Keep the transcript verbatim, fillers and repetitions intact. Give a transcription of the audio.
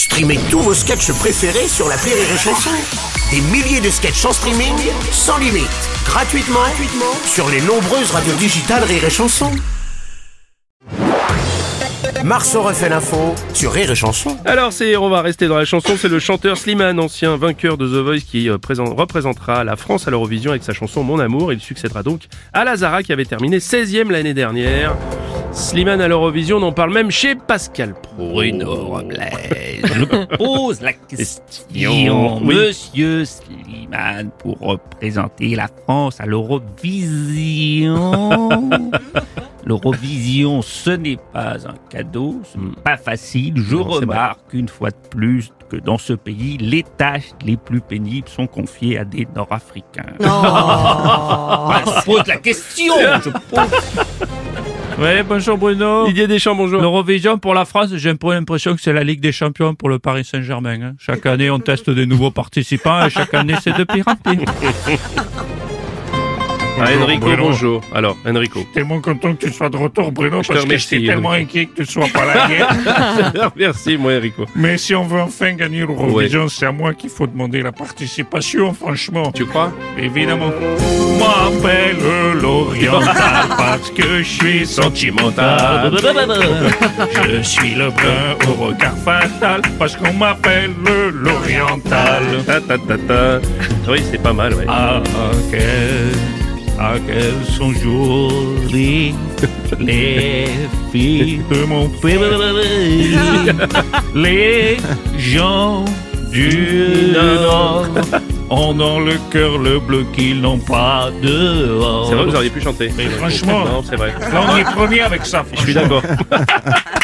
Streamez tous vos sketchs préférés sur l'appli Rire et Chanson. Des milliers de sketchs en streaming, sans limite, gratuitement, gratuitement sur les nombreuses radios digitales Rire et Chanson. Marceau refait l'info sur Rire et Chanson. Alors c'est, on va rester dans la chanson, c'est le chanteur Slimane, ancien vainqueur de The Voice, qui euh, présent, représentera la France à l'Eurovision avec sa chanson Mon Amour. Il succédera donc à Lazara qui avait terminé seizième l'année dernière. Slimane à l'Eurovision, on en parle même chez Pascal Pro. Bruno Robles, je pose la question. Oui. Monsieur Slimane, pour représenter la France à l'Eurovision. L'Eurovision, ce n'est pas un cadeau, ce n'est pas facile. Je Non, remarque une fois de plus que dans ce pays, les tâches les plus pénibles sont confiées à des Nord-Africains. Je pose la question. Je pose... Oui, bonjour Bruno. Didier Deschamps, bonjour. L'Eurovision pour la France, j'ai un peu l'impression que c'est la Ligue des Champions pour le Paris Saint-Germain. Hein. Chaque année, on teste des nouveaux participants et chaque année, c'est de pire en pire. Ah, Enrico, Bruno. bonjour. Alors, Enrico. Tellement content que tu sois de retour, Bruno, Je te parce que remercie, j'étais tellement Enrico. inquiet que tu ne sois pas là hier. Merci, moi, Enrico. Mais si on veut enfin gagner l'Eurovision, c'est à moi qu'il faut demander la participation, franchement. Tu crois? Évidemment. M'appelle l'Oriental parce que je suis sentimental. Je suis le brun au regard fatal parce qu'on m'appelle l'Oriental. Ta, ta, ta, ta. Oui, c'est pas mal, ouais. Ah, quelles, ah, quelles sont jolies les filles de mon pays. Les gens du Nord ont dans le cœur le bleu qu'ils n'ont pas dehors. C'est vrai, vous auriez pu chanter. Mais franchement, Non, c'est vrai. là on est premier avec ça. Je suis d'accord.